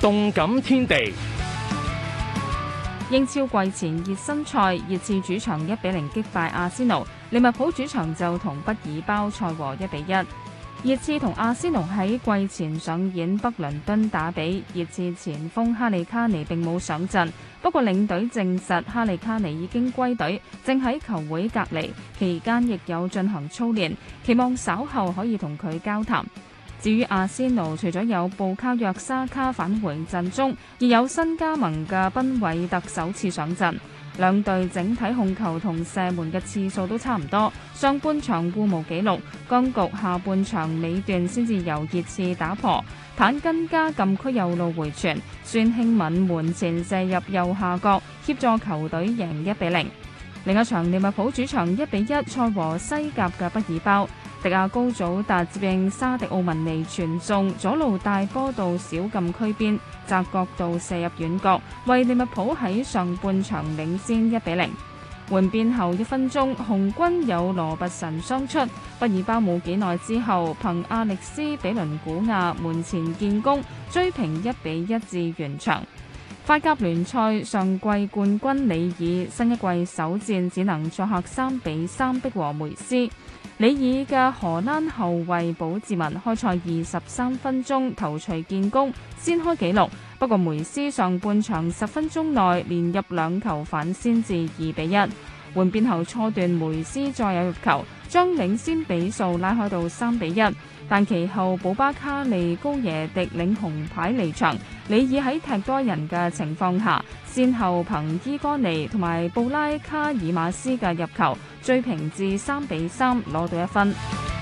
動感天地。 英超季前熱身賽，熱刺主場1-0擊敗阿仙奴，利物浦主場就同畢爾包賽和1-1。熱刺同阿仙奴喺季前上演北倫敦打比，熱刺前鋒哈利卡尼並冇上陣，不過領隊證實哈利卡尼已經歸隊，正喺球會隔離，期間亦有進行操練，期望稍後可以同佢交談。至於阿仙奴，除咗有布卡約沙卡返回陣中，亦有新加盟嘅賓韋特首次上陣。兩隊整體控球同射門嘅次數都差唔多，上半場互無紀錄，僵局下半場尾段先至由熱刺打破。坦根加禁區右路回傳，孫興敏門前射入右下角，協助球隊贏1-0。另一場利物浦主場1-1賽和西甲嘅畢爾包。迪亞高祖達接應沙迪奧文尼傳送，左路大波到小禁區邊，窄角度射入遠角，為利物浦喺上半場領先1-0。換邊後1分鐘，紅軍有羅拔臣傷出，畢爾包冇幾耐之後，憑阿力斯比倫古亞門前建功，追平1-1至完場。法甲聯賽上季冠軍里爾新一季首戰只能作客3-3逼和梅斯。里爾嘅荷蘭後衛保志文開賽23分鐘頭槌建功，先開紀錄。不過梅斯上半場10分鐘內連入2球反先至2-1。換邊後初段梅斯再有入球，將領先比數拉開到3-1。但其後保巴卡利高耶迪領紅牌離場，里爾喺踢多人嘅情況下，先後憑伊戈尼同埋布拉卡爾馬斯嘅入球追平至3-3，攞到1分。